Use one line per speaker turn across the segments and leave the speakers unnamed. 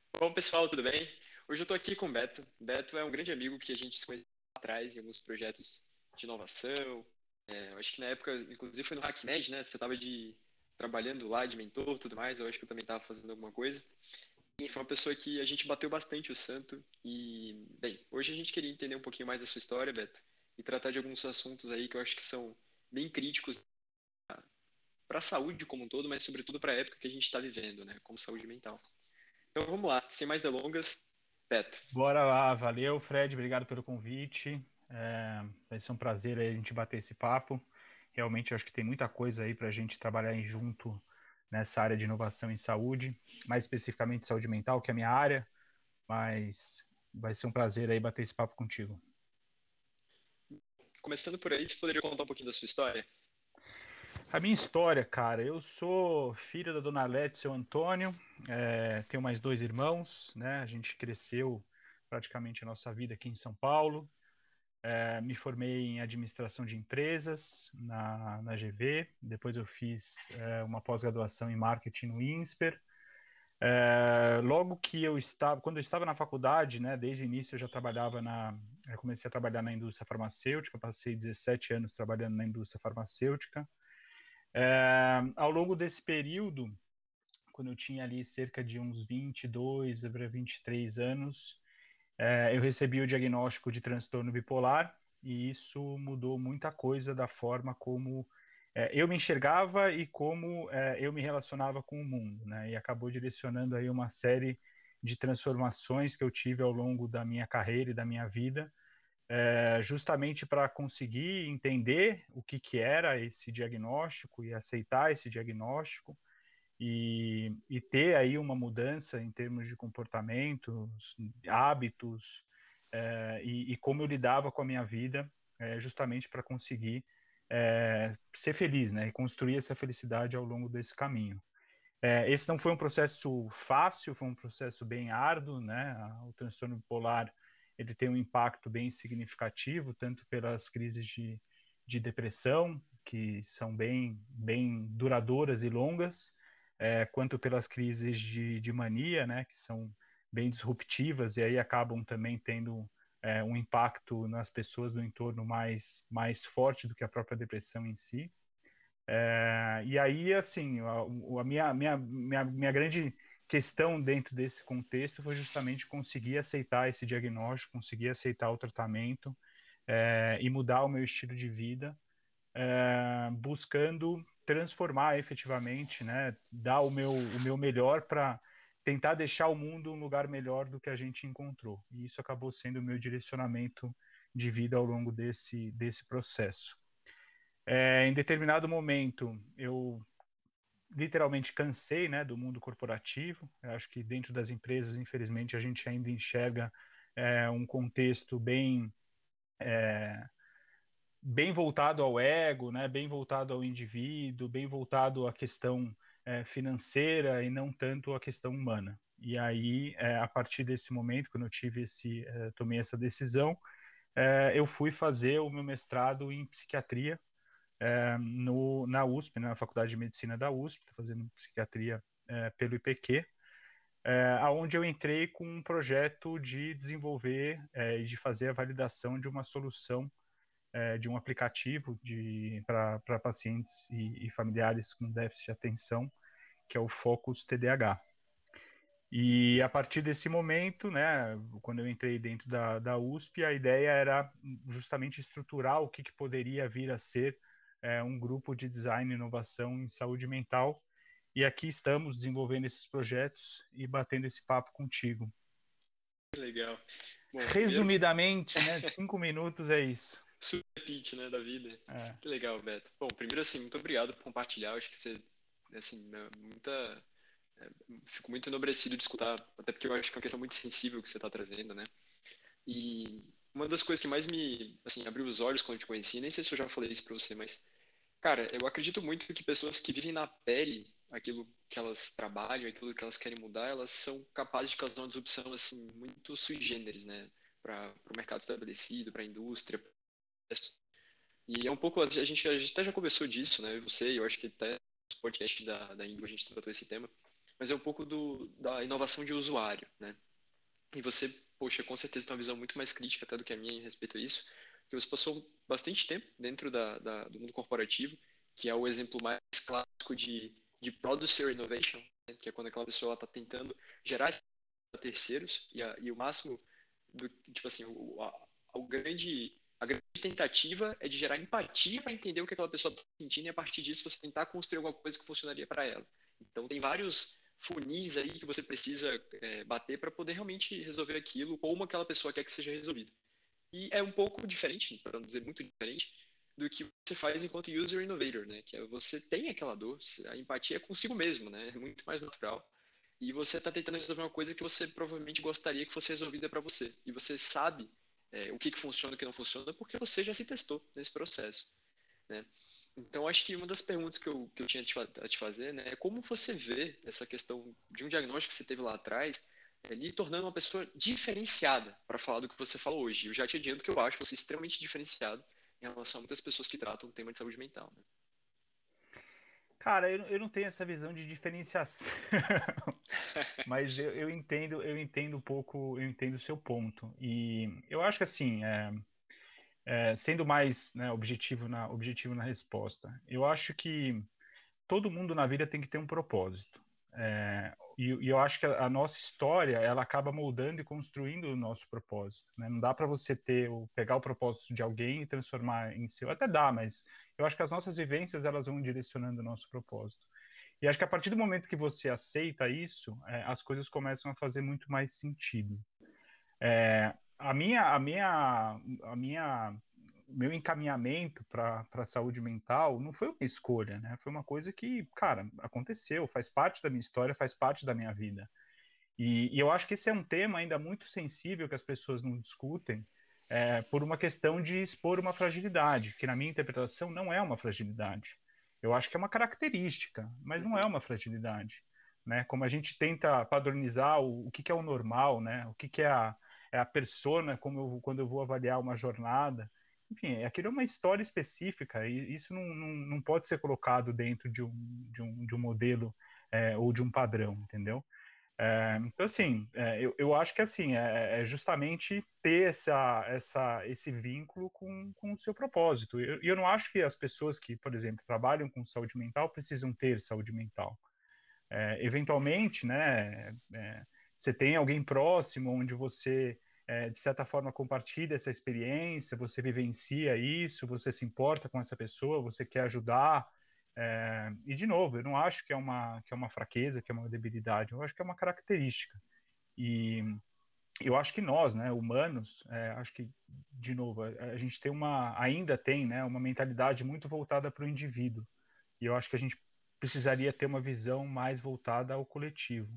Bom, pessoal, tudo bem? Hoje eu estou aqui com o Beto. Beto é um grande amigo que a gente se conheceu lá atrás em alguns projetos de inovação. Eu acho que na época, inclusive foi no HackMed, né? Você estava trabalhando lá de mentor e tudo mais. Eu acho que eu também estava fazendo alguma coisa. E foi uma pessoa que a gente bateu bastante o santo. E, bem, hoje a gente queria entender um pouquinho mais da sua história, Beto, e tratar de alguns assuntos aí que eu acho que são bem críticos para a saúde como um todo, mas sobretudo para a época que a gente está vivendo, né? Como saúde mental. Então vamos lá, sem mais delongas, Beto.
Bora lá, valeu, Fred, obrigado pelo convite. Vai ser um prazer aí a gente bater esse papo. Realmente, eu acho que tem muita coisa aí para a gente trabalhar em junto nessa área de inovação em saúde, mais especificamente saúde mental, que é a minha área, mas vai ser um prazer aí bater esse papo contigo.
Começando por aí, você poderia contar um pouquinho da sua história?
A minha história, cara, eu sou filho da dona Lete e seu Antônio, tenho mais dois irmãos, né? A gente cresceu praticamente a nossa vida aqui em São Paulo. Me formei em administração de empresas na GV, depois eu fiz uma pós-graduação em marketing no INSPER. Logo que quando eu estava na faculdade, né, desde o início eu já eu comecei a trabalhar na indústria farmacêutica, passei 17 anos trabalhando na indústria farmacêutica. Ao longo desse período, quando eu tinha ali cerca de uns 22 para 23 anos, eu recebi o diagnóstico de transtorno bipolar e isso mudou muita coisa da forma como eu me enxergava e como eu me relacionava com o mundo, né? E acabou direcionando aí uma série de transformações que eu tive ao longo da minha carreira e da minha vida, justamente para conseguir entender o que que era esse diagnóstico e aceitar esse diagnóstico e ter aí uma mudança em termos de comportamentos, hábitos, e como eu lidava com a minha vida, justamente para conseguir ser feliz, né, e construir essa felicidade ao longo desse caminho. Esse não foi um processo fácil, foi um processo bem árduo, né? O transtorno bipolar ele tem um impacto bem significativo, tanto pelas crises de depressão, que são bem duradouras e longas, quanto pelas crises de mania, né? Que são bem disruptivas e aí acabam também tendo um impacto nas pessoas do entorno mais forte do que a própria depressão em si. E aí, assim, a minha grande questão dentro desse contexto foi justamente conseguir aceitar esse diagnóstico, conseguir aceitar o tratamento e mudar o meu estilo de vida, buscando transformar efetivamente, né, dar o meu melhor para tentar deixar o mundo um lugar melhor do que a gente encontrou. E isso acabou sendo o meu direcionamento de vida ao longo desse processo. Em determinado momento, eu literalmente cansei, né, do mundo corporativo. Eu acho que dentro das empresas, infelizmente, a gente ainda enxerga um contexto bem voltado ao ego, né, bem voltado ao indivíduo, bem voltado à questão financeira e não tanto à questão humana. E aí, a partir desse momento, quando eu tomei essa decisão, eu fui fazer o meu mestrado em psiquiatria na USP, né, na Faculdade de Medicina da USP, tô fazendo psiquiatria pelo IPQ, aonde eu entrei com um projeto de desenvolver e de fazer a validação de uma solução de um aplicativo para pacientes e familiares com déficit de atenção, que é o Focus TDAH. E a partir desse momento, né, quando eu entrei dentro da USP, a ideia era justamente estruturar o que poderia vir a ser um grupo de design e inovação em saúde mental. E aqui estamos desenvolvendo esses projetos e batendo esse papo contigo.
Que legal. Bom, primeiro,
Resumidamente, né, 5 minutos é isso.
super pitch, né, da vida.
É.
Que legal, Beto. Bom, primeiro, assim, muito obrigado por compartilhar. Eu acho que você, assim, é, fico muito enobrecido de escutar, até porque eu acho que é uma questão muito sensível que você está trazendo, né? E uma das coisas que mais assim, abriu os olhos quando eu te conheci, nem sei se eu já falei isso pra você, mas cara, eu acredito muito que pessoas que vivem na pele aquilo que elas trabalham, aquilo que elas querem mudar, elas são capazes de causar uma disrupção assim muito sui generis, né, para o mercado estabelecido, para a indústria. E é um pouco a gente até já conversou disso, né, eu sei, eu acho que até nos podcasts da Índigo a gente tratou esse tema. mas é um pouco da inovação de usuário, né? E você, poxa, com certeza tem uma visão muito mais crítica até do que a minha em respeito a isso, porque você passou bastante tempo dentro do mundo corporativo, que é o exemplo mais clássico de producer innovation, né? Que é quando aquela pessoa está tentando gerar para terceiros e o máximo do tipo assim a grande tentativa é de gerar empatia para entender o que aquela pessoa está sentindo e a partir disso você tentar construir alguma coisa que funcionaria para ela. Então tem vários funis aí que você precisa bater para poder realmente resolver aquilo como aquela pessoa quer que seja resolvido. E é um pouco diferente, para não dizer muito diferente, do que você faz enquanto user innovator, né? Que é você tem aquela dor, a empatia é consigo mesmo, né? É muito mais natural. E você está tentando resolver uma coisa que você provavelmente gostaria que fosse resolvida para você. E você sabe o que funciona e o que não funciona porque você já se testou nesse processo, né? Então, acho que uma das perguntas que eu tinha a te fazer, né, é como você vê essa questão de um diagnóstico que você teve lá atrás, lhe tornando uma pessoa diferenciada para falar do que você fala hoje. Eu já te adianto que eu acho você extremamente diferenciado em relação a muitas pessoas que tratam o tema de saúde mental, né?
Cara, eu não tenho essa visão de diferenciação, mas eu entendo um pouco, eu entendo o seu ponto. E eu acho que assim, sendo mais, né, objetivo na resposta, eu acho que todo mundo na vida tem que ter um propósito. E eu acho que a nossa história ela acaba moldando e construindo o nosso propósito, né? Não dá para você pegar o propósito de alguém e transformar em seu. Até dá, mas eu acho que as nossas vivências elas vão direcionando o nosso propósito. E acho que a partir do momento que você aceita isso, as coisas começam a fazer muito mais sentido. Meu encaminhamento para a saúde mental não foi uma escolha, né? Foi uma coisa que, cara, aconteceu, faz parte da minha história, faz parte da minha vida. E eu acho que esse é um tema ainda muito sensível que as pessoas não discutem, por uma questão de expor uma fragilidade, que na minha interpretação não é uma fragilidade. Eu acho que é uma característica, mas não é
Uhum.
uma fragilidade, né? Como a gente tenta padronizar o que é o normal, né? O que é a persona, quando eu vou avaliar uma jornada. Enfim, aquilo é uma história específica e isso não pode ser colocado dentro de um modelo ou de um padrão, entendeu? Então, assim, eu acho que assim, é justamente ter esse vínculo com o seu propósito. E eu não acho que as pessoas que, por exemplo, trabalham com saúde mental precisam ter saúde mental. Eventualmente, né, você tem alguém próximo onde você, de certa forma, compartilha essa experiência, você vivencia isso, você se importa com essa pessoa, você quer ajudar. E, de novo, eu não acho que é uma fraqueza, que é uma debilidade, eu acho que é uma característica. E eu acho que nós, né, humanos, acho que, de novo, a gente ainda tem, né, uma mentalidade muito voltada para o indivíduo. E eu acho que a gente precisaria ter uma visão mais voltada ao coletivo.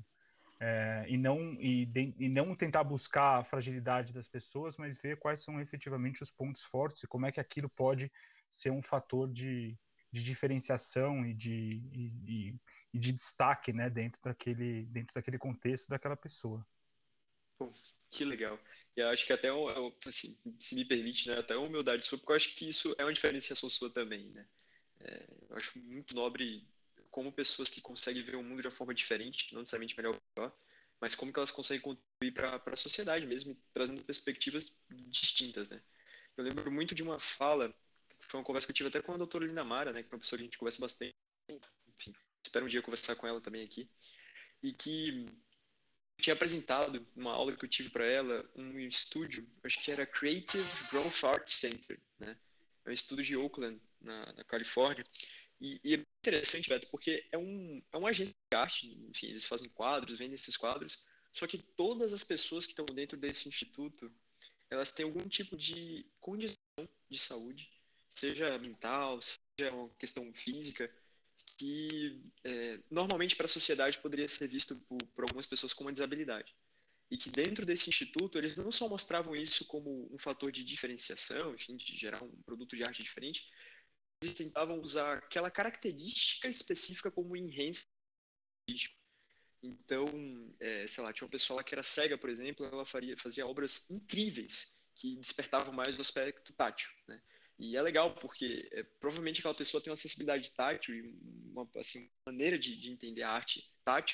E não tentar buscar a fragilidade das pessoas, mas ver quais são efetivamente os pontos fortes e como é que aquilo pode ser um fator de diferenciação e de destaque, né, dentro daquele contexto daquela pessoa.
Pô, que legal. E eu acho que até, assim, se me permite, né, até uma humildade sua, porque eu acho que isso é uma diferenciação sua também, né? Eu acho muito nobre como pessoas que conseguem ver o mundo de uma forma diferente, não necessariamente melhor ou pior, mas como que elas conseguem contribuir para a sociedade mesmo, trazendo perspectivas distintas, né? Eu lembro muito de uma fala, que foi uma conversa que eu tive até com a doutora Lina Mara, né, que é uma pessoa que a gente conversa bastante, enfim, espero um dia conversar com ela também aqui, e que tinha apresentado, numa aula que eu tive para ela, um estúdio, acho que era Creative Growth Art Center, né? É um estúdio de Oakland, na Califórnia. E é interessante, Beto, porque é um agente de arte, enfim, eles fazem quadros, vendem esses quadros, só que todas as pessoas que estão dentro desse instituto, elas têm algum tipo de condição de saúde, seja mental, seja uma questão física, que normalmente para a sociedade poderia ser visto por algumas pessoas como uma desabilidade. E que dentro desse instituto eles não só mostravam isso como um fator de diferenciação, enfim, de gerar um produto de arte diferente, eles tentavam usar aquela característica específica como um enhance artístico. Então, sei lá, tinha uma pessoa lá que era cega, por exemplo, ela fazia obras incríveis que despertavam mais o aspecto tátil, né? E é legal porque provavelmente aquela pessoa tem uma sensibilidade tátil e uma assim, maneira de entender a arte tátil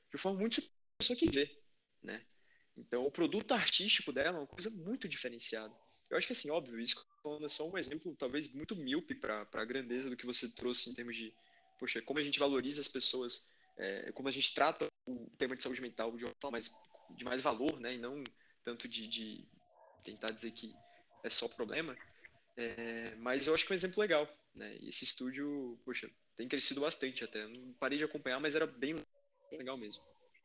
de forma muito superior à pessoa que vê, né? Então, o produto artístico dela é uma coisa muito diferenciada. Eu acho que, assim, óbvio, isso é só um exemplo, talvez, muito míope para a grandeza do que você trouxe em termos de, poxa, como a gente valoriza as pessoas, como a gente trata o tema de saúde mental de uma forma de mais valor, né? E não tanto de tentar dizer que é só problema. Mas eu acho que é um exemplo legal, né? E esse estúdio, poxa, tem crescido bastante até. Eu não parei de acompanhar, mas era bem legal mesmo.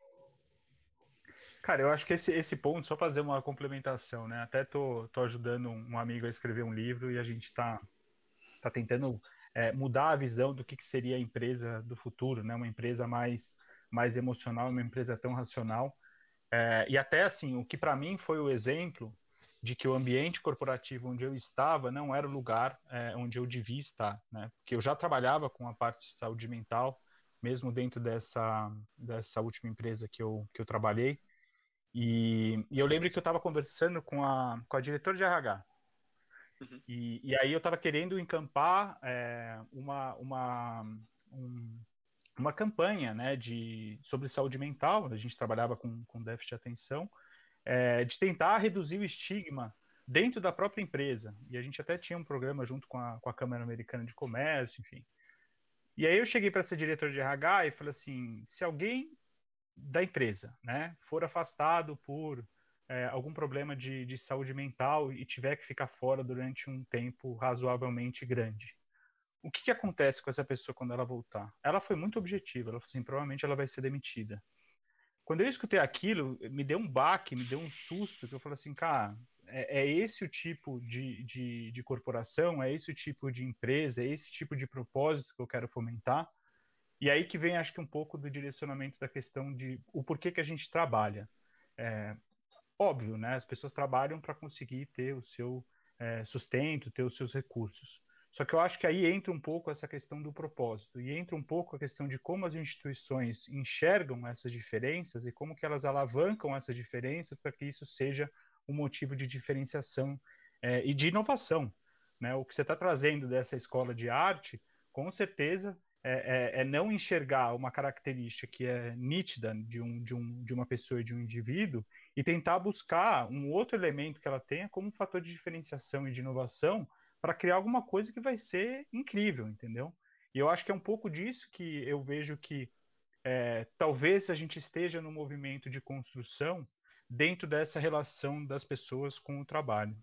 Cara, eu acho que esse ponto, só fazer uma complementação, né? Até tô ajudando um amigo a escrever um livro e a gente tá tentando mudar a visão do que seria a empresa do futuro, né? Uma empresa mais emocional, uma empresa tão racional. E até assim, o que para mim foi o exemplo de que o ambiente corporativo onde eu estava não era o lugar onde eu devia estar, né? Porque eu já trabalhava com a parte de saúde mental, mesmo dentro dessa última empresa que eu trabalhei. E eu lembro que eu estava conversando com a diretora de RH.
Uhum.
E aí eu estava querendo encampar um, uma campanha, né, sobre saúde mental. A gente trabalhava com déficit de atenção, de tentar reduzir o estigma dentro da própria empresa. E a gente até tinha um programa junto com a Câmara Americana de Comércio, enfim. E aí eu cheguei para ser diretor de RH e falei assim, se alguém da empresa, né, for afastado por algum problema de saúde mental e tiver que ficar fora durante um tempo razoavelmente grande, o que acontece com essa pessoa quando ela voltar? Ela foi muito objetiva, ela falou assim, provavelmente ela vai ser demitida. Quando eu escutei aquilo, me deu um baque, me deu um susto, que eu falei assim, cara, é esse o tipo de corporação, é esse o tipo de empresa, é esse tipo de propósito que eu quero fomentar. E aí que vem, acho que um pouco do direcionamento da questão de o porquê que a gente trabalha. É, óbvio, né? As pessoas trabalham para conseguir ter o seu sustento, ter os seus recursos. Só que eu acho que aí entra um pouco essa questão do propósito e entra um pouco a questão de como as instituições enxergam essas diferenças e como que elas alavancam essas diferenças para que isso seja um motivo de diferenciação e de inovação, né? O que você está trazendo dessa escola de arte, com certeza, é não enxergar uma característica que é nítida de uma pessoa e de um indivíduo e tentar buscar um outro elemento que ela tenha como um fator de diferenciação e de inovação para criar alguma coisa que vai ser incrível, entendeu? E eu acho que é um pouco disso que eu vejo que talvez a gente esteja no movimento de construção dentro dessa relação das pessoas com o trabalho.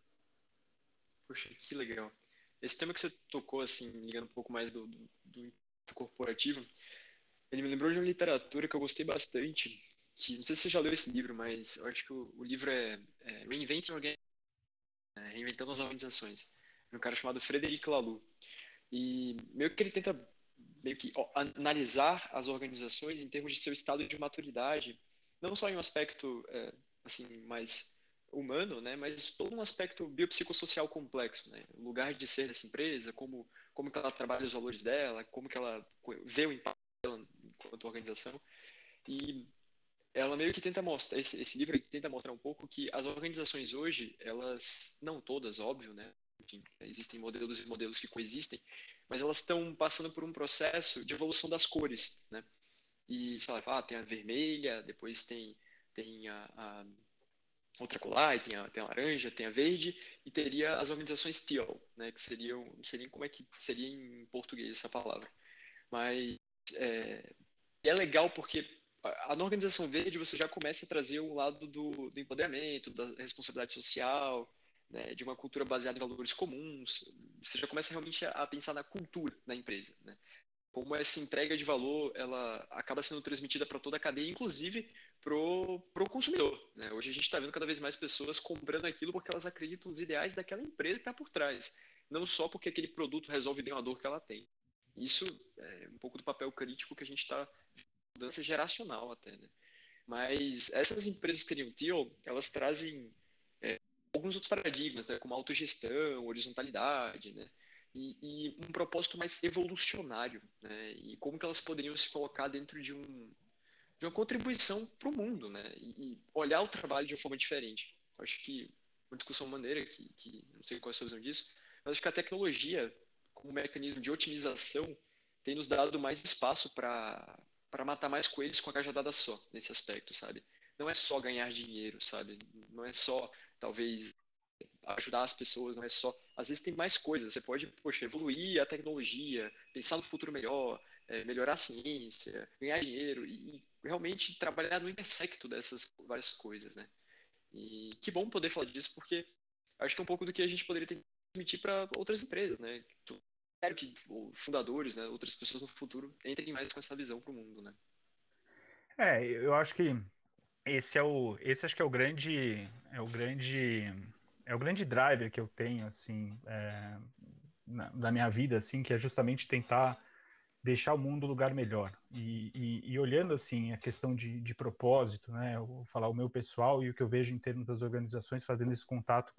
Poxa, que legal. Esse tema que você tocou, assim, ligando um pouco mais do impacto corporativo, ele me lembrou de uma literatura que eu gostei bastante, que não sei se você já leu esse livro, mas eu acho que o livro é Reinventing Reinventando as Organizações, de um cara chamado Frederic Laloux. E meio que ele tenta analisar as organizações em termos de seu estado de maturidade, não só em um aspecto assim mais humano, né, mas todo um aspecto biopsicossocial complexo, né, o lugar de ser dessa empresa, como que ela trabalha os valores dela, como que ela vê o impacto dela enquanto organização. E ela meio que tenta mostrar, esse livro aqui tenta mostrar um pouco que as organizações hoje, elas, não todas, óbvio, né? Enfim, existem modelos e modelos que coexistem, mas elas estão passando por um processo de evolução das cores, né? E, sei lá, tem a vermelha, depois tem a outra cor, e tem a laranja, tem a verde, e teria as organizações teal, né? Que seriam, não sei nem como é que seria em português essa palavra, mas é, é legal porque na organização verde você já começa a trazer um lado do empoderamento, da responsabilidade social, né, de uma cultura baseada em valores comuns. Você já começa realmente a pensar na cultura da empresa, né? Como essa entrega de valor ela acaba sendo transmitida para toda a cadeia, inclusive pro consumidor, né? Hoje a gente está vendo cada vez mais pessoas comprando aquilo porque elas acreditam nos ideais daquela empresa que está por trás, não só porque aquele produto resolve bem a dor que ela tem. Isso é um pouco do papel crítico que a gente está mudança geracional até, né? Mas essas empresas que criam TEAL, elas trazem alguns outros paradigmas, né? Como autogestão, horizontalidade, né? E um propósito mais evolucionário, né? E como que elas poderiam se colocar dentro de uma contribuição para o mundo, né? E olhar o trabalho de uma forma diferente. Eu acho que uma discussão maneira, que não sei qual é a sua visão disso, mas acho que a tecnologia, como mecanismo de otimização, tem nos dado mais espaço para matar mais coelhos com a cajadada só, nesse aspecto, sabe? Não é só ganhar dinheiro, sabe? Não é só, talvez, ajudar as pessoas, não é só. Às vezes tem mais coisas. Você pode, poxa, evoluir a tecnologia, pensar no futuro melhor, melhorar a ciência, ganhar dinheiro e realmente trabalhar no intersecto dessas várias coisas, né? E que bom poder falar disso, porque acho que é um pouco do que a gente poderia transmitir para outras empresas, né? Espero que fundadores, né, outras pessoas no futuro entrem mais com essa visão para o mundo, né?
Eu acho que esse acho que é o grande driver que eu tenho, assim, na minha vida, assim, que é justamente tentar deixar o mundo um lugar melhor. E olhando, assim, a questão de propósito, né, eu vou falar o meu pessoal e o que eu vejo em termos das organizações fazendo esse contato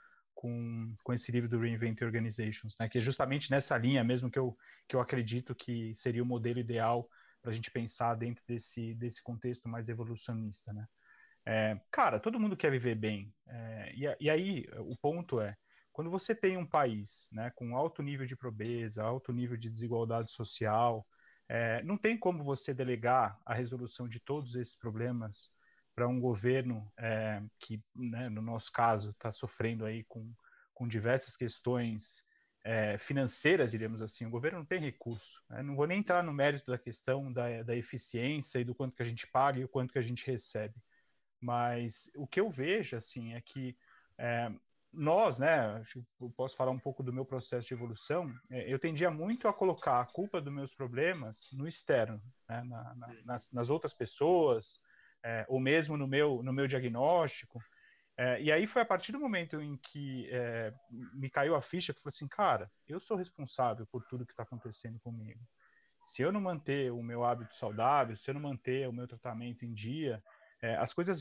com esse livro do Reinvent Organizations, né, que é justamente nessa linha mesmo que eu acredito que seria o modelo ideal para a gente pensar dentro desse contexto mais evolucionista, né? Cara, todo mundo quer viver bem. E aí, o ponto é, quando você tem um país, né, com alto nível de pobreza, alto nível de desigualdade social, não tem como você delegar a resolução de todos esses problemas para um governo que, né, no nosso caso, está sofrendo aí com diversas questões financeiras, diríamos assim. O governo não tem recurso. Né? Não vou nem entrar no mérito da questão da eficiência e do quanto que a gente paga e o quanto que a gente recebe. Mas o que eu vejo, assim, é que é, nós, né, acho que eu posso falar um pouco do meu processo de evolução, eu tendia muito a colocar a culpa dos meus problemas no externo, né, nas outras pessoas, ou mesmo no meu diagnóstico. E aí foi a partir do momento em que me caiu a ficha que eu falei assim, cara, eu sou responsável por tudo que está acontecendo comigo. Se eu não manter o meu hábito saudável, se eu não manter o meu tratamento em dia, as coisas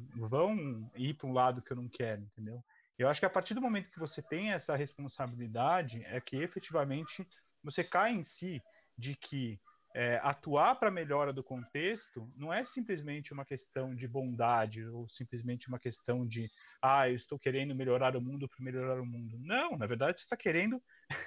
vão ir para um lado que eu não quero, entendeu? Eu acho que a partir do momento que você tem essa responsabilidade, é que efetivamente você cai em si de que atuar para a melhora do contexto não é simplesmente uma questão de bondade ou simplesmente uma questão de eu estou querendo melhorar o mundo para melhorar o mundo. Não, na verdade você está querendo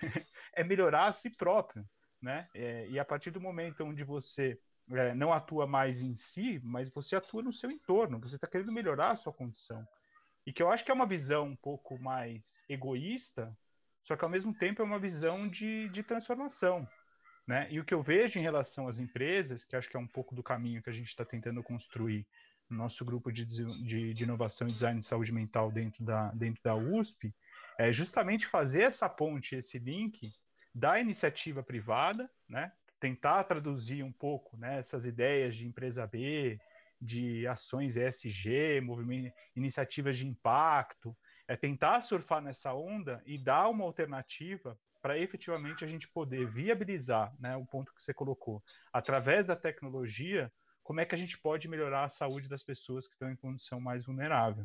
melhorar a si próprio, né? E a partir do momento onde você não atua mais em si, mas você atua no seu entorno, você está querendo melhorar a sua condição. E que eu acho que é uma visão um pouco mais egoísta, só que ao mesmo tempo é uma visão de transformação. Né? E o que eu vejo em relação às empresas, que acho que é um pouco do caminho que a gente está tentando construir no nosso grupo de inovação e design de saúde mental dentro da USP, é justamente fazer essa ponte, esse link da iniciativa privada, né? Tentar traduzir um pouco, né, essas ideias de empresa B, de ações ESG, iniciativas de impacto, tentar surfar nessa onda e dar uma alternativa para efetivamente a gente poder viabilizar, né, o ponto que você colocou, através da tecnologia, como é que a gente pode melhorar a saúde das pessoas que estão em condição mais vulnerável,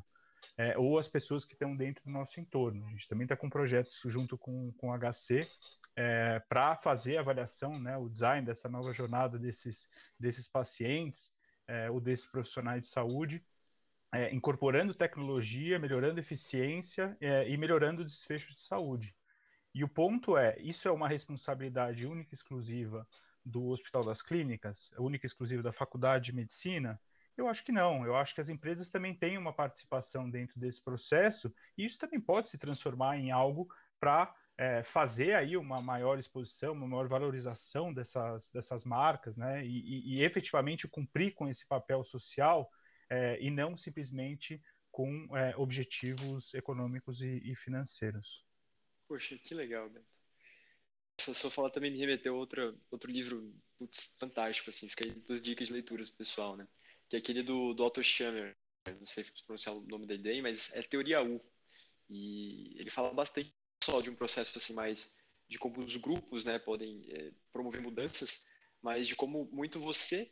ou as pessoas que estão dentro do nosso entorno. A gente também está com projetos junto com o HC para fazer a avaliação, né, o design dessa nova jornada desses pacientes ou desses profissionais de saúde, incorporando tecnologia, melhorando eficiência e melhorando o desfecho de saúde. E o ponto isso é uma responsabilidade única e exclusiva do Hospital das Clínicas, única e exclusiva da Faculdade de Medicina? Eu acho que não. Eu acho que as empresas também têm uma participação dentro desse processo e isso também pode se transformar em algo para fazer aí uma maior exposição, uma maior valorização dessas marcas, né? E efetivamente cumprir com esse papel social e não simplesmente com objetivos econômicos e financeiros.
Poxa, que legal, Beto. Essa sua fala também me remeteu a outro livro, putz, fantástico, assim, fica aí duas dicas de leituras pro pessoal, né? Que é aquele do Otto Schammer, não sei pronunciar o nome da ideia, mas é Teoria U. E ele fala bastante só de um processo assim mais de como os grupos, né, podem promover mudanças, mas de como muito você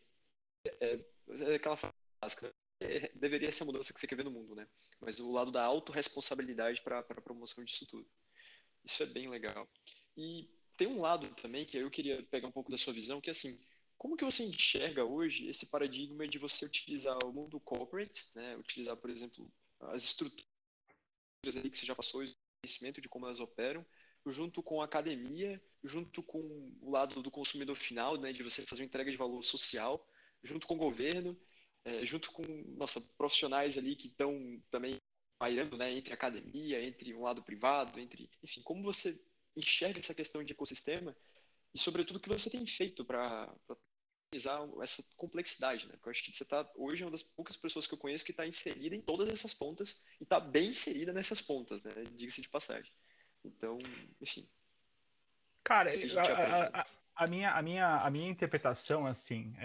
é aquela frase clássica, deveria ser a mudança que você quer ver no mundo, né? Mas o lado da autorresponsabilidade para a promoção disso tudo. Isso é bem legal. E tem um lado também que eu queria pegar um pouco da sua visão, que é assim, como que você enxerga hoje esse paradigma de você utilizar o mundo corporate, né, utilizar, por exemplo, as estruturas ali que você já passou, o conhecimento de como elas operam, junto com a academia, junto com o lado do consumidor final, né, de você fazer uma entrega de valor social, junto com o governo, junto com, nossa, profissionais ali que estão também pairando, né, entre a academia, entre um lado privado, enfim, como você enxerga essa questão de ecossistema e, sobretudo, o que você tem feito para organizar essa complexidade, né? Porque eu acho que você está, hoje, é uma das poucas pessoas que eu conheço que está inserida em todas essas pontas e está bem inserida nessas pontas, né? Diga-se de passagem. Então, enfim,
Cara,
o que a gente aprende, né?
a minha interpretação, assim,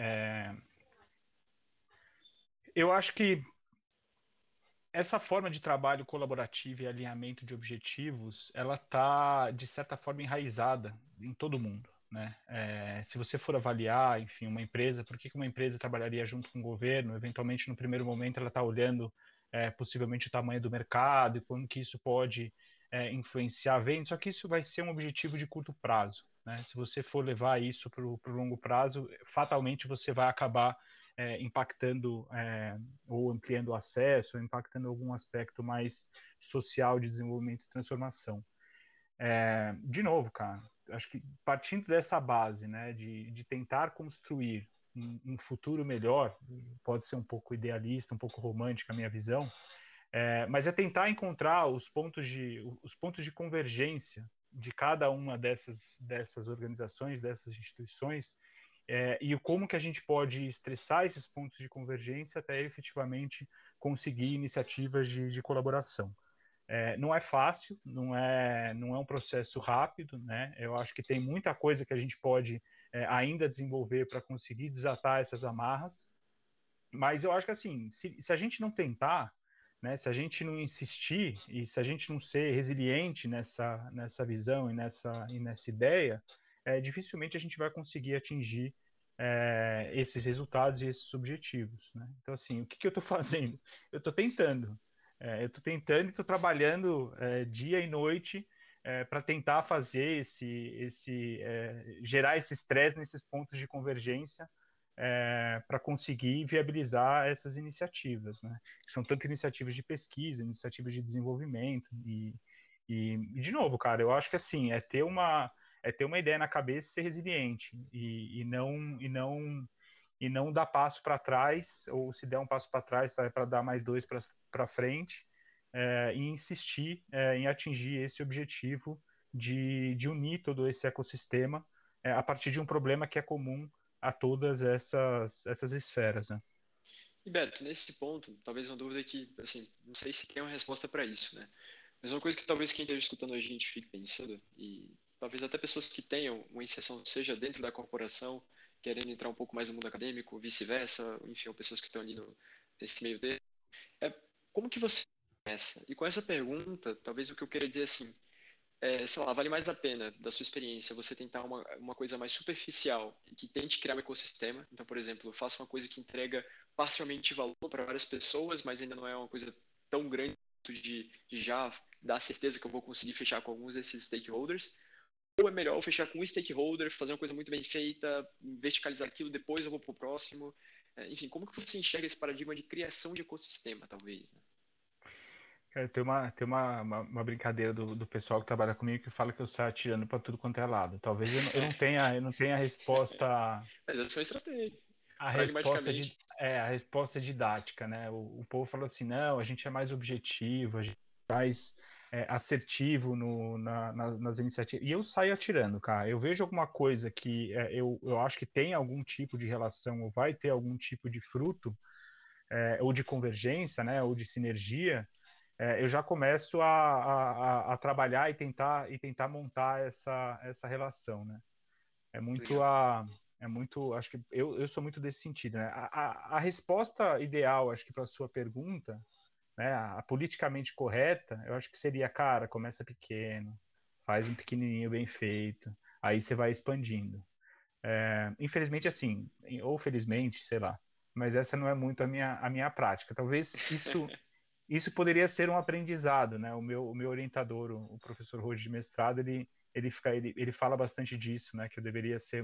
eu acho que essa forma de trabalho colaborativo e alinhamento de objetivos, ela está, de certa forma, enraizada em todo mundo, né? Se você for avaliar, enfim, uma empresa, por que uma empresa trabalharia junto com o governo? Eventualmente, no primeiro momento, ela está olhando possivelmente o tamanho do mercado e como que isso pode influenciar a venda, só que isso vai ser um objetivo de curto prazo, né? Se você for levar isso para o longo prazo, fatalmente você vai acabar impactando ou ampliando o acesso, ou impactando algum aspecto mais social de desenvolvimento e transformação. De novo, cara, acho que partindo dessa base, né, de tentar construir um futuro melhor, pode ser um pouco idealista, um pouco romântica a minha visão, mas é tentar encontrar os pontos de convergência de cada uma dessas organizações, dessas instituições, e como que a gente pode estressar esses pontos de convergência até efetivamente conseguir iniciativas de colaboração. Não é fácil, não é um processo rápido, né? Eu acho que tem muita coisa que a gente pode ainda desenvolver para conseguir desatar essas amarras, mas eu acho que assim, se a gente não tentar, né, se a gente não insistir e se a gente não ser resiliente nessa visão e nessa ideia, dificilmente a gente vai conseguir atingir esses resultados e esses objetivos, né? Então, assim, o que eu estou fazendo? Eu estou tentando. Eu estou tentando e estou trabalhando dia e noite para tentar fazer gerar esse estresse nesses pontos de convergência para conseguir viabilizar essas iniciativas, né? Que são tanto iniciativas de pesquisa, iniciativas de desenvolvimento de novo, cara, eu acho que assim é ter uma ideia na cabeça e ser resiliente e não dar passo para trás, ou se der um passo para trás, tá, é para dar mais dois para frente, e insistir em atingir esse objetivo de unir todo esse ecossistema a partir de um problema que é comum a todas essas esferas, né?
E Beto, nesse ponto, talvez uma dúvida que, assim, não sei se tem uma resposta para isso, né? Mas uma coisa que talvez quem esteja escutando a gente fique pensando, e talvez até pessoas que tenham uma inserção, seja dentro da corporação, querendo entrar um pouco mais no mundo acadêmico, vice-versa, enfim, ou pessoas que estão ali nesse meio termo, é como que você começa? E com essa pergunta, talvez o que eu queria dizer assim, sei lá, vale mais a pena, da sua experiência, você tentar uma coisa mais superficial e que tente criar um ecossistema. Então, por exemplo, faça uma coisa que entrega parcialmente valor para várias pessoas, mas ainda não é uma coisa tão grande de já dar certeza que eu vou conseguir fechar com alguns desses stakeholders. Ou é melhor eu fechar com um stakeholder, fazer uma coisa muito bem feita, verticalizar aquilo, depois eu vou para o próximo. Enfim, como que você enxerga esse paradigma de criação de ecossistema, talvez, né?
Cara, tem uma brincadeira do pessoal que trabalha comigo que fala que eu saio atirando para tudo quanto é lado. Talvez eu não tenha
Mas essa é uma estratégia.
a resposta de,
Pragmaticamente,
a resposta didática, né? O povo fala assim, não, a gente é mais objetivo, a gente é mais assertivo nas iniciativas. E eu saio atirando, cara. Eu vejo alguma coisa que eu acho que tem algum tipo de relação ou vai ter algum tipo de fruto, ou de convergência, né? Ou de sinergia. Eu já começo a trabalhar e tentar montar essa relação, né? É muito
legal.
acho que eu sou muito desse sentido, né? A resposta ideal, acho que para a sua pergunta, né, a politicamente correta, eu acho que seria, cara, começa pequeno, faz um pequenininho bem feito, aí você vai expandindo. Infelizmente, assim, ou felizmente, sei lá, mas essa não é muito a minha prática. Talvez isso poderia ser um aprendizado, né? O meu orientador, o professor Rode de mestrado, ele fala bastante disso, né? Que eu deveria ser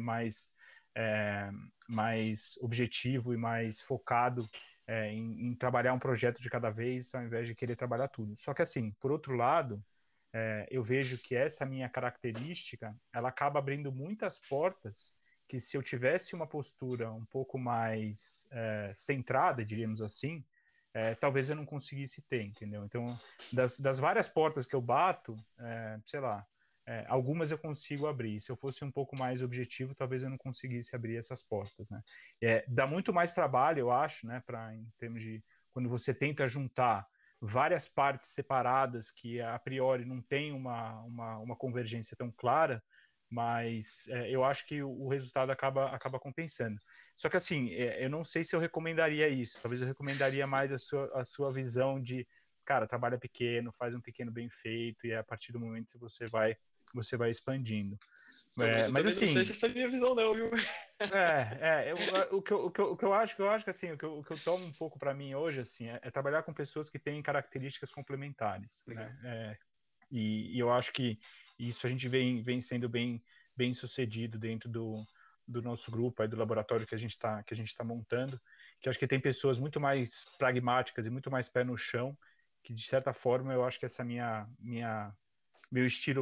mais objetivo e mais focado em trabalhar um projeto de cada vez, ao invés de querer trabalhar tudo. Só que assim, por outro lado, eu vejo que essa minha característica, ela acaba abrindo muitas portas que se eu tivesse uma postura um pouco mais centrada, diríamos assim, talvez eu não conseguisse ter, entendeu? Então, das várias portas que eu bato, sei lá, algumas eu consigo abrir. Se eu fosse um pouco mais objetivo, talvez eu não conseguisse abrir essas portas, né? Dá muito mais trabalho, eu acho, né, em termos de quando você tenta juntar várias partes separadas que a priori não tem uma convergência tão clara, mas eu acho que o resultado acaba compensando. Só que assim, eu não sei se eu recomendaria isso, talvez eu recomendaria mais a sua visão de, cara, trabalha pequeno, faz um pequeno bem feito, e a partir do momento que você vai expandindo.
Então, mas eu
Mas
também não sei
assim,
se essa é a minha visão, não, viu?
o que eu acho que assim, o que eu tomo um pouco para mim hoje, assim, é trabalhar com pessoas que têm características complementares,
Legal.
né? E eu acho que isso a gente vem sendo bem sucedido dentro do nosso grupo, aí do laboratório que a gente tá montando, que eu acho que tem pessoas muito mais pragmáticas e muito mais pé no chão, que de certa forma eu acho que essa meu estilo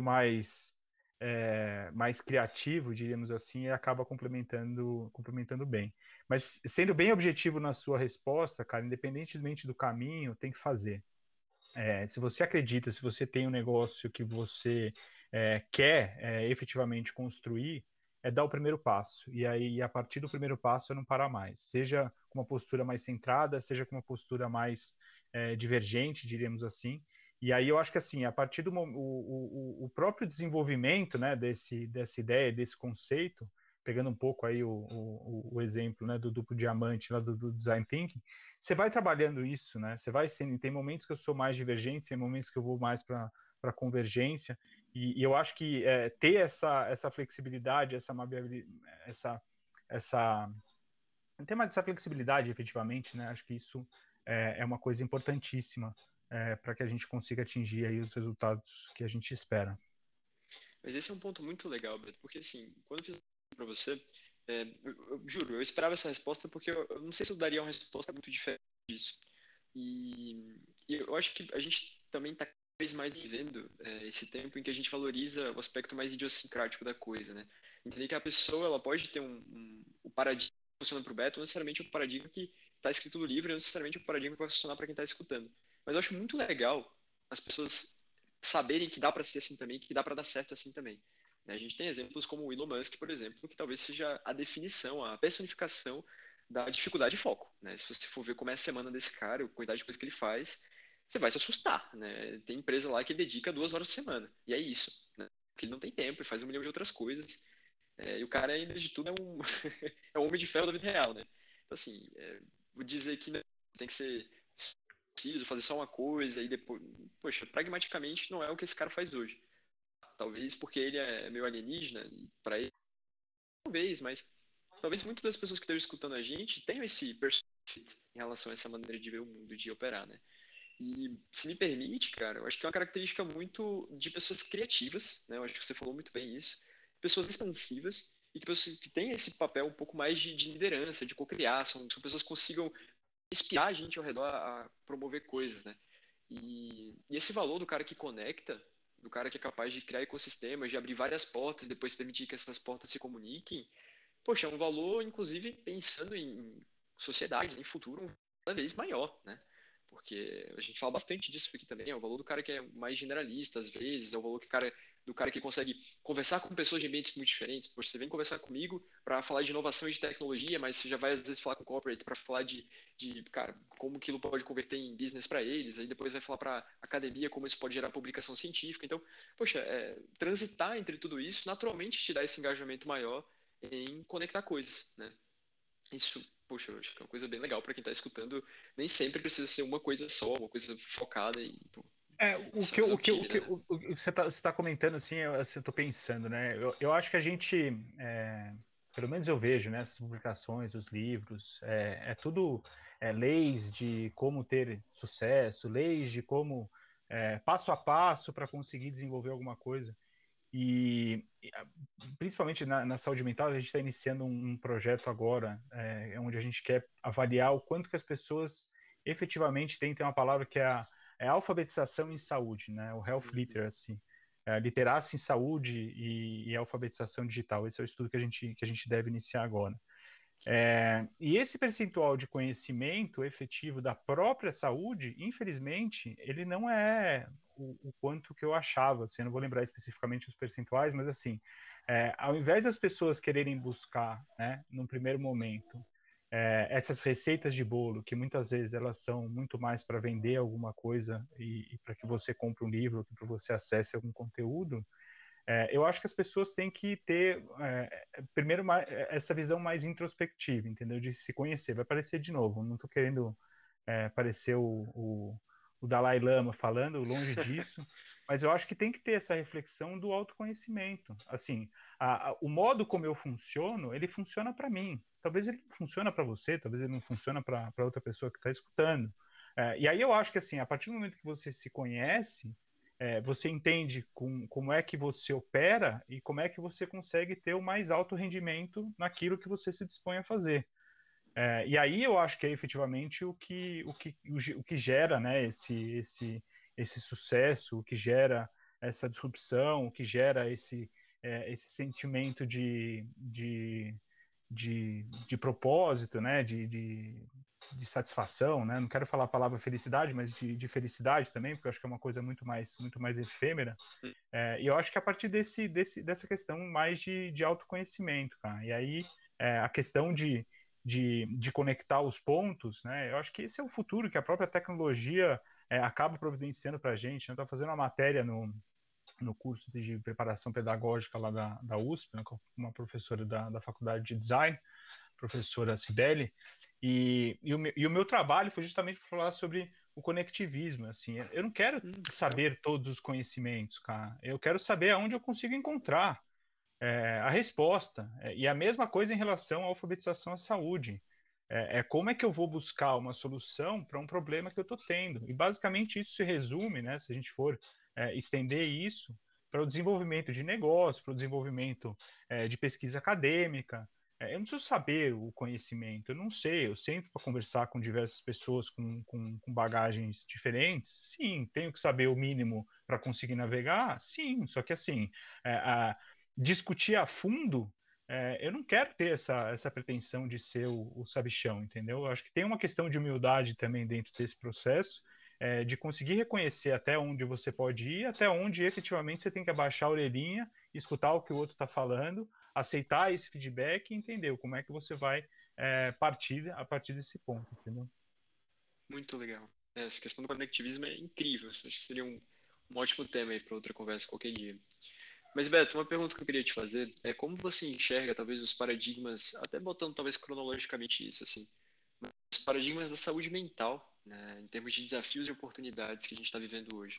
mais criativo, diríamos assim, acaba complementando bem. Mas sendo bem objetivo na sua resposta, cara, independentemente do caminho, tem que fazer. Se você acredita, se você tem um negócio que você quer efetivamente construir, dar o primeiro passo. E aí, a partir do primeiro passo, é não parar mais. Seja com uma postura mais centrada, seja com uma postura mais divergente, diríamos assim. E aí eu acho que assim, a partir o próprio desenvolvimento, né, dessa ideia, desse conceito, pegando um pouco aí o exemplo, né, do duplo diamante lá do design thinking, você vai trabalhando isso, né? Você vai sendo. Tem momentos que eu sou mais divergente, tem momentos que eu vou mais para convergência. E eu acho que ter essa flexibilidade, essa ter mais essa flexibilidade, efetivamente, né? Acho que isso é uma coisa importantíssima para que a gente consiga atingir aí os resultados que a gente espera.
Mas esse é um ponto muito legal, Beto, porque assim, quando eu fiz para você, eu juro, eu esperava essa resposta porque eu não sei se eu daria uma resposta muito diferente disso. E eu acho que a gente também está cada vez mais vivendo esse tempo em que a gente valoriza o aspecto mais idiosincrático da coisa, né? Entender que a pessoa ela pode ter o paradigma que funciona para o Beto, não necessariamente o paradigma que está escrito no livro, não necessariamente o paradigma que vai funcionar para quem está escutando. Mas eu acho muito legal as pessoas saberem que dá para ser assim também, que dá para dar certo assim também. A gente tem exemplos como o Elon Musk, por exemplo, que talvez seja a definição, a personificação da dificuldade de foco, né? Se você for ver como é a semana desse cara, a quantidade de coisa que ele faz, você vai se assustar, né? Tem empresa lá que dedica 2 horas por semana, e é isso, né? Porque ele não tem tempo e faz um milhão de outras coisas. E o cara, ainda de tudo, é um homem de ferro da vida real, né? Então, assim, vou dizer que não, tem que ser preciso fazer só uma coisa e depois. Poxa, pragmaticamente não é o que esse cara faz hoje. Talvez porque ele é meio alienígena e para ele, talvez, mas talvez muitas das pessoas que estão escutando a gente tenham esse perfil em relação a essa maneira de ver o mundo, de operar, né? E se me permite, cara, eu acho que é uma característica muito de pessoas criativas, né? Eu acho que você falou muito bem isso. Pessoas expansivas e que pessoas que têm esse papel um pouco mais de liderança, de co-criar, são pessoas que consigam inspirar a gente ao redor a promover coisas, né? E esse valor do cara que conecta, do cara que é capaz de criar ecossistemas, de abrir várias portas, depois permitir que essas portas se comuniquem, poxa, é um valor, inclusive, pensando em sociedade, em futuro, cada vez maior, né? Porque a gente fala bastante disso aqui também, é o valor do cara que é mais generalista, às vezes, é o valor do cara que consegue conversar com pessoas de ambientes muito diferentes. Poxa, você vem conversar comigo para falar de inovação e de tecnologia, mas você já vai, às vezes, falar com o corporate para falar cara, como aquilo pode converter em business para eles, aí depois vai falar para academia como isso pode gerar publicação científica. Então, poxa, transitar entre tudo isso naturalmente te dá esse engajamento maior em conectar coisas, né? Isso, poxa, eu acho que é uma coisa bem legal para quem está escutando. Nem sempre precisa ser uma coisa só, uma coisa focada e pô,
O
essa
que, o
visão
que, o
tímida,
que,
né?
o que você tá comentando, assim, eu tô pensando, né? Eu acho que a gente, pelo menos eu vejo, né, essas publicações, os livros, é tudo leis de como ter sucesso, leis de como, passo a passo para conseguir desenvolver alguma coisa. Principalmente na saúde mental, a gente está iniciando um projeto agora, onde a gente quer avaliar o quanto que as pessoas efetivamente têm uma palavra que é é alfabetização em saúde, né? O Health Literacy, literacia em saúde e alfabetização digital. Esse é o estudo que a gente deve iniciar agora. E esse percentual de conhecimento efetivo da própria saúde, infelizmente, ele não é o quanto que eu achava. Assim, eu não vou lembrar especificamente os percentuais, mas assim, ao invés das pessoas quererem buscar, né, num primeiro momento, essas receitas de bolo, que muitas vezes elas são muito mais para vender alguma coisa e para que você compre um livro, que para você acesse algum conteúdo, eu acho que as pessoas têm que ter, primeiro, essa visão mais introspectiva, entendeu? De se conhecer. Vai aparecer de novo, não estou querendo parecer o Dalai Lama falando, longe disso, mas eu acho que tem que ter essa reflexão do autoconhecimento. Assim, o modo como eu funciono, ele funciona para mim. Talvez ele não funcione para você, talvez ele não funcione para outra pessoa que está escutando. E aí eu acho que, assim, a partir do momento que você se conhece, você entende como é que você opera e como é que você consegue ter o mais alto rendimento naquilo que você se dispõe a fazer. E aí eu acho que é efetivamente o que gera, né, esse sucesso, o que gera essa disrupção, o que gera esse sentimento de propósito, né, de satisfação, né? Não quero falar a palavra felicidade, mas de felicidade também, porque eu acho que é uma coisa muito mais efêmera. E eu acho que a partir dessa questão mais de autoconhecimento, cara. E aí a questão de conectar os pontos, né? Eu acho que esse é o futuro que a própria tecnologia acaba providenciando para a gente. Eu estou fazendo uma matéria no curso de preparação pedagógica lá da USP, né, com uma professora da Faculdade de Design, professora Cibele, e o meu trabalho foi justamente para falar sobre o conectivismo. Assim, eu não quero saber todos os conhecimentos, cara. Eu quero saber aonde eu consigo encontrar a resposta. E a mesma coisa em relação à alfabetização à saúde. Como é que eu vou buscar uma solução para um problema que eu estou tendo. E basicamente isso se resume, né, se a gente for estender isso para o desenvolvimento de negócio, para o desenvolvimento de pesquisa acadêmica. Eu não preciso saber o conhecimento, eu não sei, eu sento para conversar com diversas pessoas com bagagens diferentes, sim, tenho que saber o mínimo para conseguir navegar, sim, só que assim, discutir a fundo, eu não quero ter essa pretensão de ser o sabichão, entendeu? Eu acho que tem uma questão de humildade também dentro desse processo, de conseguir reconhecer até onde você pode ir, até onde efetivamente você tem que abaixar a orelhinha, escutar o que o outro está falando, aceitar esse feedback e entender como é que você vai partir a partir desse ponto, entendeu?
Muito legal. Essa questão do conectivismo é incrível. Acho que seria um ótimo tema aí para outra conversa qualquer dia. Mas, Beto, uma pergunta que eu queria te fazer é como você enxerga, talvez, os paradigmas, até botando talvez cronologicamente isso, assim, os paradigmas da saúde mental, né, em termos de desafios e oportunidades que a gente está vivendo hoje.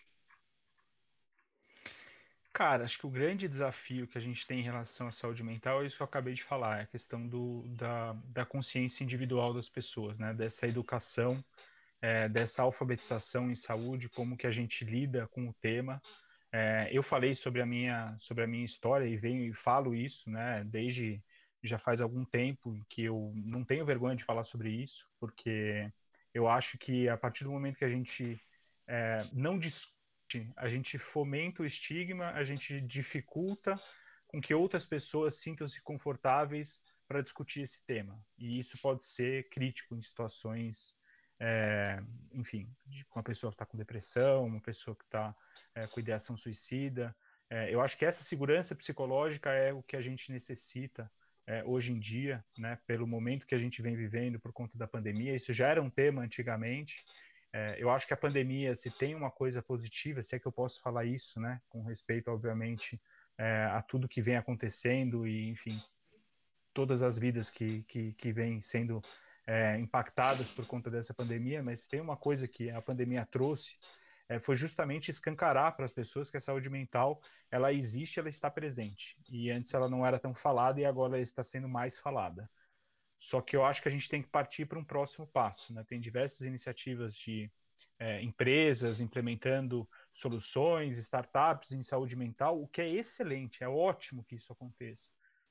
Cara, acho que o grande desafio que a gente tem em relação à saúde mental é isso que eu acabei de falar, é a questão da consciência individual das pessoas, né? Dessa educação, dessa alfabetização em saúde, como que a gente lida com o tema. Eu falei sobre a minha história e venho e falo isso, né? Desde já faz algum tempo que eu não tenho vergonha de falar sobre isso, porque eu acho que a partir do momento que a gente não discute, a gente fomenta o estigma, a gente dificulta com que outras pessoas sintam-se confortáveis para discutir esse tema. E isso pode ser crítico em situações, é, enfim, de uma pessoa que está com depressão, uma pessoa que está com ideação suicida. Eu acho que essa segurança psicológica é o que a gente necessita hoje em dia, né, pelo momento que a gente vem vivendo por conta da pandemia. Isso já era um tema antigamente. Eu acho que a pandemia, se tem uma coisa positiva, se é que eu posso falar isso, né, com respeito, obviamente, a tudo que vem acontecendo e, enfim, todas as vidas que vêm sendo impactadas por conta dessa pandemia, mas tem uma coisa que a pandemia trouxe, foi justamente escancarar para as pessoas que a saúde mental, ela existe, ela está presente. E antes ela não era tão falada e agora ela está sendo mais falada. Só que eu acho que a gente tem que partir para um próximo passo, né? Tem diversas iniciativas de empresas implementando soluções, startups em saúde mental, o que é excelente, é ótimo que isso aconteça.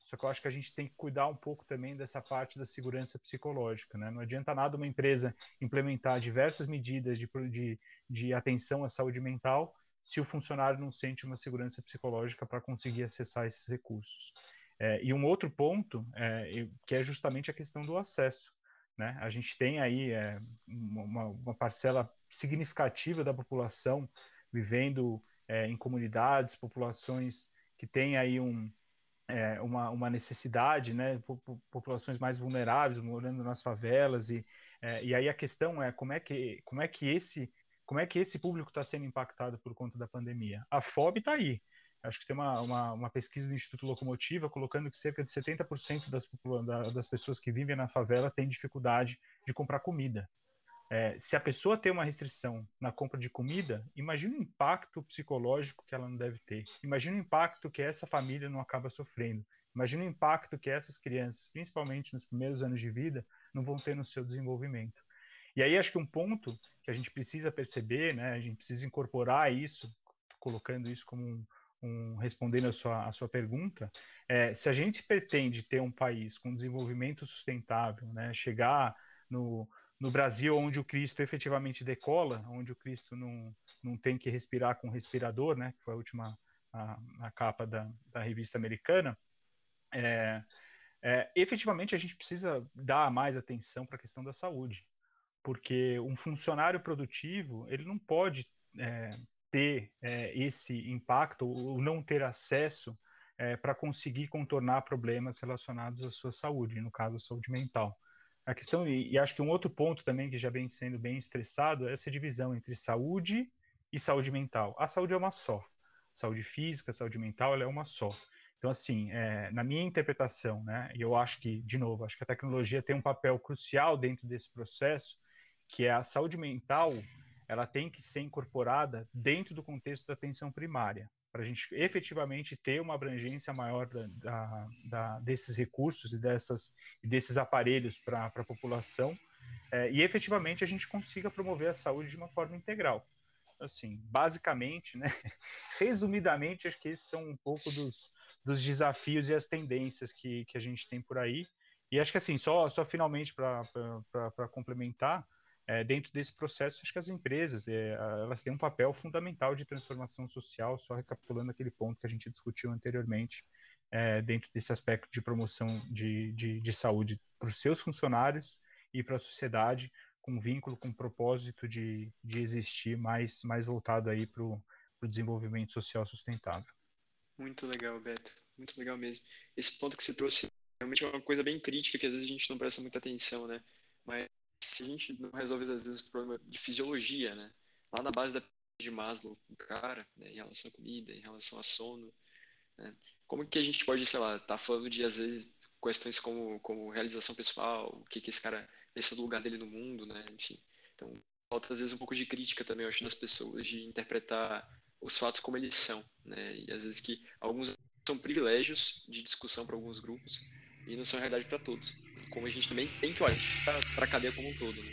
Só que eu acho que a gente tem que cuidar um pouco também dessa parte da segurança psicológica, né? Não adianta nada uma empresa implementar diversas medidas de atenção à saúde mental se o funcionário não sente uma segurança psicológica para conseguir acessar esses recursos. E um outro ponto, que é justamente a questão do acesso, né? A gente tem aí uma parcela significativa da população vivendo em comunidades, populações que têm aí uma necessidade, né? Populações mais vulneráveis, morando nas favelas, e aí a questão é como é que esse público está sendo impactado por conta da pandemia. A FOB está aí. Acho que tem uma pesquisa do Instituto Locomotiva colocando que cerca de 70% das pessoas que vivem na favela têm dificuldade de comprar comida. Se a pessoa tem uma restrição na compra de comida, imagina o impacto psicológico que ela não deve ter. Imagina o impacto que essa família não acaba sofrendo. Imagina o impacto que essas crianças, principalmente nos primeiros anos de vida, não vão ter no seu desenvolvimento. E aí acho que um ponto que a gente precisa perceber, né, a gente precisa incorporar isso, colocando isso como respondendo a sua pergunta, se a gente pretende ter um país com desenvolvimento sustentável, né, chegar no Brasil, onde o Cristo efetivamente decola, onde o Cristo não tem que respirar com respirador, né, que foi a última a capa da revista americana, efetivamente a gente precisa dar mais atenção para a questão da saúde, porque um funcionário produtivo ele não pode ter esse impacto ou não ter acesso para conseguir contornar problemas relacionados à sua saúde, no caso a saúde mental. A questão, e acho que um outro ponto também que já vem sendo bem estressado é essa divisão entre saúde e saúde mental. A saúde é uma só. Saúde física, saúde mental, ela é uma só. Então, assim, na minha interpretação, né, e eu acho que, de novo, acho que a tecnologia tem um papel crucial dentro desse processo, que é a saúde mental, ela tem que ser incorporada dentro do contexto da atenção primária, para a gente efetivamente ter uma abrangência maior desses recursos e desses aparelhos para a população, e efetivamente a gente consiga promover a saúde de uma forma integral. Assim, basicamente, né, resumidamente, acho que esses são um pouco dos desafios e as tendências que a gente tem por aí. E acho que assim, só finalmente para complementar, dentro desse processo, acho que as empresas elas têm um papel fundamental de transformação social, só recapitulando aquele ponto que a gente discutiu anteriormente, dentro desse aspecto de promoção de saúde para os seus funcionários e para a sociedade, com vínculo, com propósito de existir mais voltado aí para o desenvolvimento social sustentável.
Muito legal, Beto. Muito legal mesmo. Esse ponto que você trouxe realmente é uma coisa bem crítica que às vezes a gente não presta muita atenção, né? Mas se a gente não resolve às vezes o problema de fisiologia, né? Lá na base da pirâmide de Maslow, o cara, né, em relação à comida, em relação ao sono, né? Como que a gente pode, sei lá, tá falando de às vezes questões como realização pessoal, o que que esse cara pensa do lugar dele no mundo, né? Enfim. Então, falta às vezes um pouco de crítica também, eu acho, das pessoas de interpretar os fatos como eles são, né? E às vezes que alguns são privilégios de discussão para alguns grupos e não são realidade para todos. E como a gente também tem que olhar para a cadeia como um todo, né?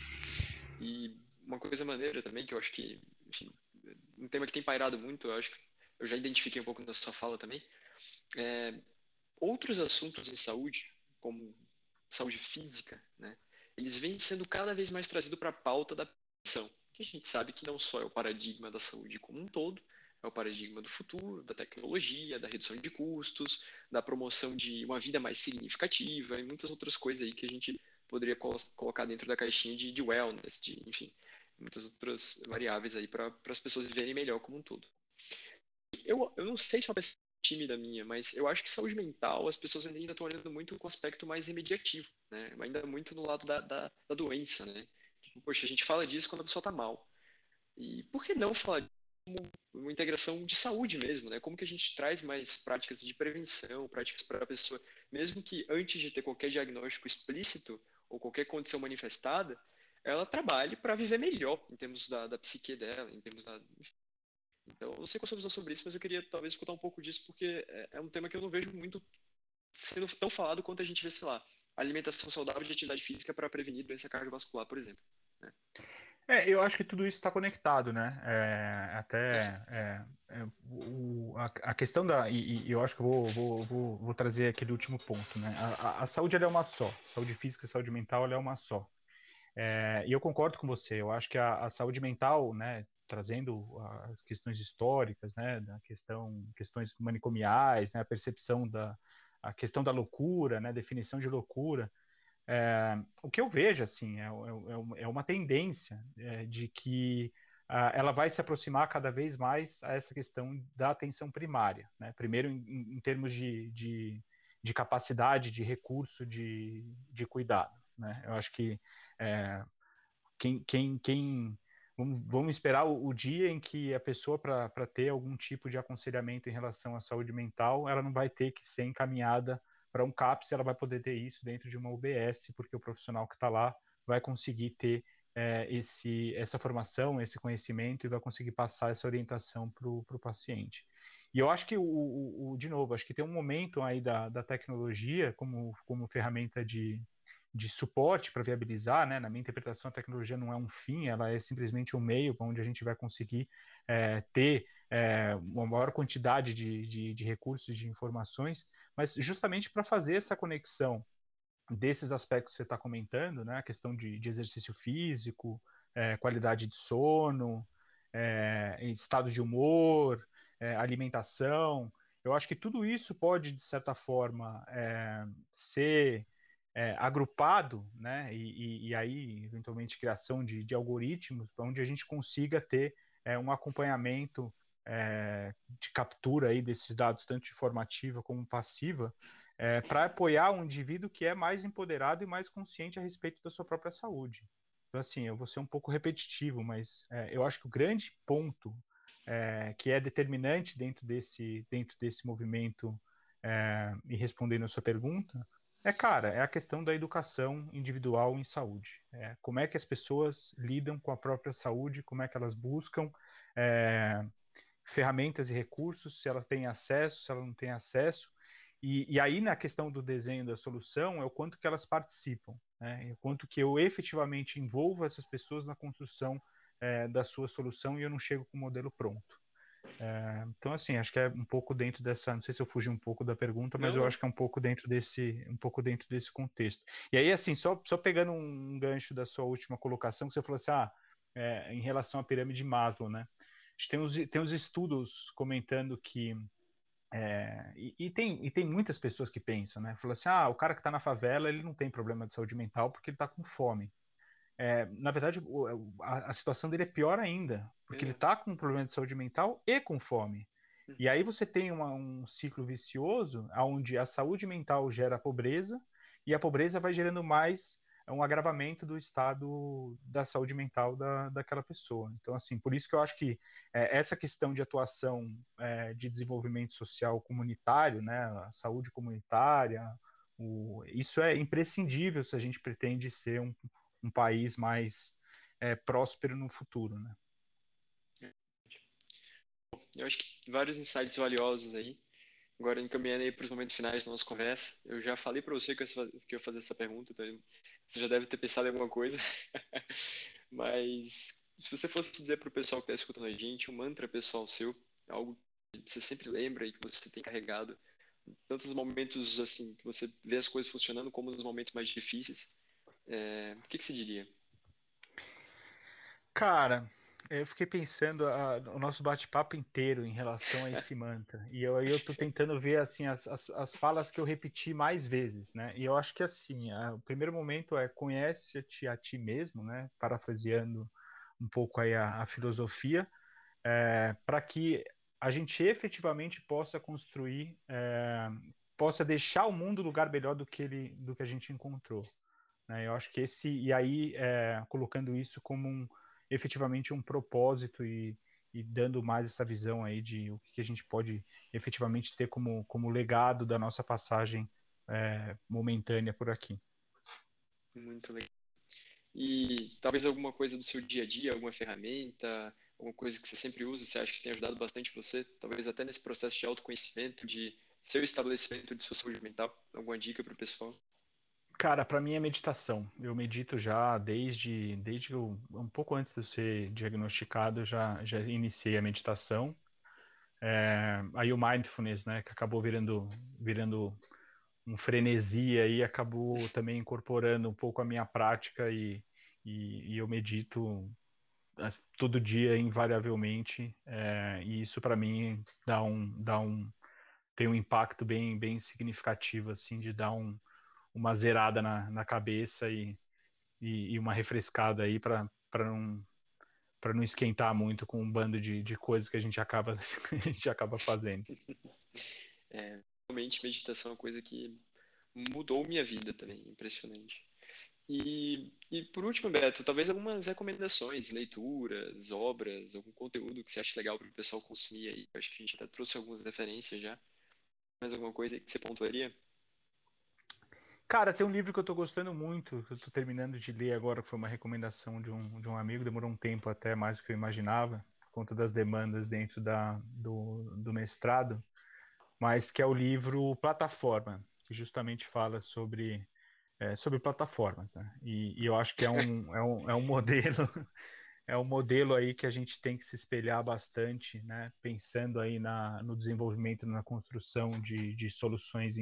E uma coisa maneira também que eu acho que, enfim, um tema que tem pairado muito, eu acho que eu já identifiquei um pouco na sua fala também, é, outros assuntos em saúde, como saúde física, né, eles vêm sendo cada vez mais trazidos para a pauta da prevenção, que a gente sabe que não só é o paradigma da saúde como um todo, é o paradigma do futuro, da tecnologia, da redução de custos, da promoção de uma vida mais significativa e muitas outras coisas aí que a gente poderia colocar dentro da caixinha de wellness, de, enfim, muitas outras variáveis aí para as pessoas viverem melhor como um todo. Eu não sei se é uma pessoa tímida minha, mas eu acho que saúde mental as pessoas ainda estão olhando muito com um aspecto mais remediativo, né? Ainda muito no lado da doença, né? Tipo, poxa, a gente fala disso quando a pessoa está mal. E por que não falar disso como uma integração de saúde mesmo, né? Como que a gente traz mais práticas de prevenção, práticas para a pessoa, mesmo que antes de ter qualquer diagnóstico explícito ou qualquer condição manifestada, ela trabalhe para viver melhor em termos da psique dela, em termos da, então, eu não sei qual é a sua visão sobre isso, mas eu queria talvez escutar um pouco disso, porque é um tema que eu não vejo muito sendo tão falado quanto a gente vê, sei lá, alimentação saudável de atividade física para prevenir doença cardiovascular, por exemplo. Né?
Eu acho que tudo isso está conectado, né?
Assim,
A questão e eu acho que eu vou trazer aquele último ponto, né? A saúde ela é uma só, saúde física e saúde mental ela é uma só. E eu concordo com você. Eu acho que a saúde mental, né, trazendo as questões históricas, né, questões manicomiais, né, a questão da loucura, né, definição de loucura. O que eu vejo assim é uma tendência de que ela vai se aproximar cada vez mais a essa questão da atenção primária, né? Primeiro em termos de capacidade, de recurso, de cuidado, né? Eu acho que é, quem vamos esperar o dia em que a pessoa, para ter algum tipo de aconselhamento em relação à saúde mental, ela não vai ter que ser encaminhada para um CAPS, ela vai poder ter isso dentro de uma UBS, porque o profissional que está lá vai conseguir ter essa formação, esse conhecimento e vai conseguir passar essa orientação para o paciente. E eu acho que, de novo, acho que tem um momento aí da tecnologia como ferramenta de suporte para viabilizar, né? Na minha interpretação, a tecnologia não é um fim, ela é simplesmente um meio onde a gente vai conseguir ter uma maior quantidade de recursos, de informações, mas justamente para fazer essa conexão desses aspectos que você está comentando, né? A questão de exercício físico, qualidade de sono, estado de humor, alimentação. Eu acho que tudo isso pode, de certa forma, ser agrupado, né? E aí, eventualmente, criação de algoritmos onde a gente consiga ter um acompanhamento de captura aí desses dados, tanto de formativa como passiva, para apoiar um indivíduo que é mais empoderado e mais consciente a respeito da sua própria saúde. Então, assim, eu vou ser um pouco repetitivo, mas eu acho que o grande ponto que é determinante dentro desse movimento, e respondendo a sua pergunta, cara, é a questão da educação individual em saúde. Como é que as pessoas lidam com a própria saúde, como é que elas buscam é, ferramentas e recursos, se ela tem acesso, se ela não tem acesso. E aí, na questão do desenho da solução, é o quanto que elas participam, né? E o quanto que eu efetivamente envolvo essas pessoas na construção da sua solução e eu não chego com o modelo pronto. Então, assim, acho que é um pouco dentro dessa. Não sei se eu fugi um pouco da pergunta, mas
não,
eu
não.
acho que é um pouco dentro desse contexto. E aí, assim, só pegando um gancho da sua última colocação, que você falou assim, em relação à pirâmide de Maslow, né? A gente tem uns estudos comentando que e tem muitas pessoas que pensam, né? Falou assim, o cara que está na favela, ele não tem problema de saúde mental porque ele está com fome. Na verdade, a situação dele é pior ainda, porque ele
Exato.
está com um problema de saúde mental e com fome. E aí você tem um ciclo vicioso, onde a saúde mental gera pobreza, e a pobreza vai gerando mais um agravamento do estado da saúde mental daquela pessoa. Então, assim, por isso que eu acho que essa questão de atuação de desenvolvimento social comunitário, né, a saúde comunitária, isso é imprescindível se a gente pretende ser um país mais próspero no futuro, né?
Eu acho que vários insights valiosos aí. Agora, encaminhando aí para os momentos finais da nossa conversa, eu já falei para você que eu ia fazer essa pergunta, então você já deve ter pensado em alguma coisa. Mas, se você fosse dizer para o pessoal que está escutando a gente, um mantra pessoal seu, algo que você sempre lembra e que você tem carregado, tanto nos momentos assim, que você vê as coisas funcionando, como nos momentos mais difíceis, o que você diria?
Cara, eu fiquei pensando o nosso bate-papo inteiro em relação a esse mantra. E eu tô tentando ver assim as falas que eu repeti mais vezes, né? E eu acho que assim, o primeiro momento é conhece-te a ti mesmo, né? Parafraseando um pouco aí a filosofia, para que a gente efetivamente possa construir, possa deixar o mundo um lugar melhor do que a gente encontrou, né? Eu acho que e aí colocando isso como efetivamente um propósito e dando mais essa visão aí de o que a gente pode efetivamente ter como legado da nossa passagem momentânea por aqui.
Muito legal. E talvez alguma coisa do seu dia a dia, alguma ferramenta, alguma coisa que você sempre usa, você acha que tem ajudado bastante você, talvez até nesse processo de autoconhecimento, de seu estabelecimento de sua saúde mental, alguma dica para o pessoal?
Cara, para mim é meditação. Eu medito já desde que um pouco antes de eu ser diagnosticado, eu já iniciei a meditação. Aí o mindfulness, né, que acabou virando um frenesi aí, acabou também incorporando um pouco a minha prática e eu medito todo dia, invariavelmente, e isso para mim tem um impacto bem significativo, assim, de dar uma zerada na cabeça e uma refrescada aí para não esquentar muito com um bando de coisas que a gente acaba, a gente acaba fazendo.
Realmente, meditação é uma coisa que mudou minha vida também, impressionante. E por último, Beto, talvez algumas recomendações, leituras, obras, algum conteúdo que você acha legal para o pessoal consumir aí. Eu acho que a gente até trouxe algumas referências já. Mais alguma coisa aí que você pontuaria?
Cara, tem um livro que eu tô gostando muito, que eu tô terminando de ler agora, que foi uma recomendação de um amigo, demorou um tempo até mais do que eu imaginava, por conta das demandas dentro do mestrado, mas que é o livro Plataforma, que justamente fala sobre plataformas, né? E eu acho que é um modelo é um modelo aí que a gente tem que se espelhar bastante, né? Pensando aí no desenvolvimento, na construção de soluções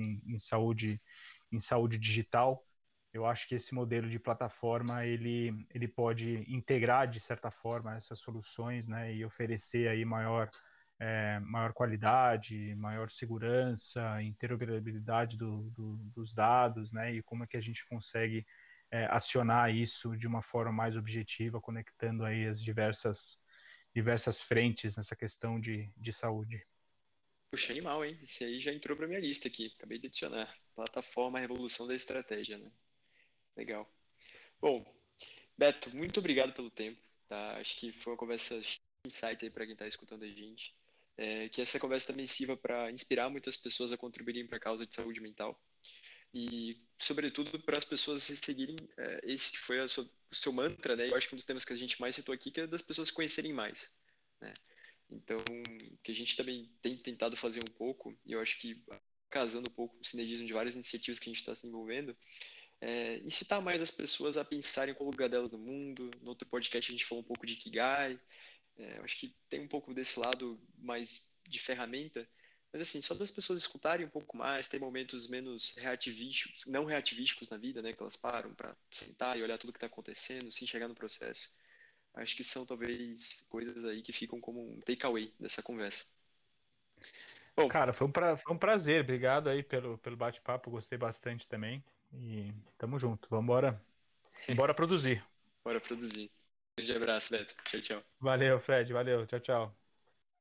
em saúde digital. Eu acho que esse modelo de plataforma ele pode integrar de certa forma essas soluções, né? E oferecer aí maior qualidade, maior segurança, interoperabilidade dos dados, né? E como é que a gente consegue acionar isso de uma forma mais objetiva, conectando aí as diversas frentes nessa questão de saúde.
Puxa, animal, hein? Esse aí já entrou para minha lista aqui. Acabei de adicionar. Plataforma Revolução da Estratégia, né? Legal. Bom, Beto, muito obrigado pelo tempo, tá? Acho que foi uma conversa cheia de insights aí para quem está escutando a gente. Que essa conversa também sirva para inspirar muitas pessoas a contribuírem para a causa de saúde mental e, sobretudo, para as pessoas seguirem esse que foi o seu mantra, né? Eu acho que um dos temas que a gente mais citou aqui que é das pessoas se conhecerem mais, né? Então, que a gente também tem tentado fazer um pouco, e eu acho que casando um pouco com o sinergismo de várias iniciativas que a gente está se envolvendo, incitar mais as pessoas a pensarem qual o lugar delas no mundo. No outro podcast a gente falou um pouco de Ikigai. Eu acho que tem um pouco desse lado mais de ferramenta. Mas assim, só das pessoas escutarem um pouco mais, ter momentos menos reativísticos, não reativísticos na vida, né? Que elas param para sentar e olhar tudo que está acontecendo, se enxergar no processo. Acho que são talvez coisas aí que ficam como um takeaway dessa conversa. Bom,
Cara, foi um prazer. Obrigado aí pelo bate-papo. Gostei bastante também. E tamo junto. Vambora produzir.
bora produzir. Um grande abraço, Beto. Tchau, tchau.
Valeu, Fred. Valeu. Tchau, tchau.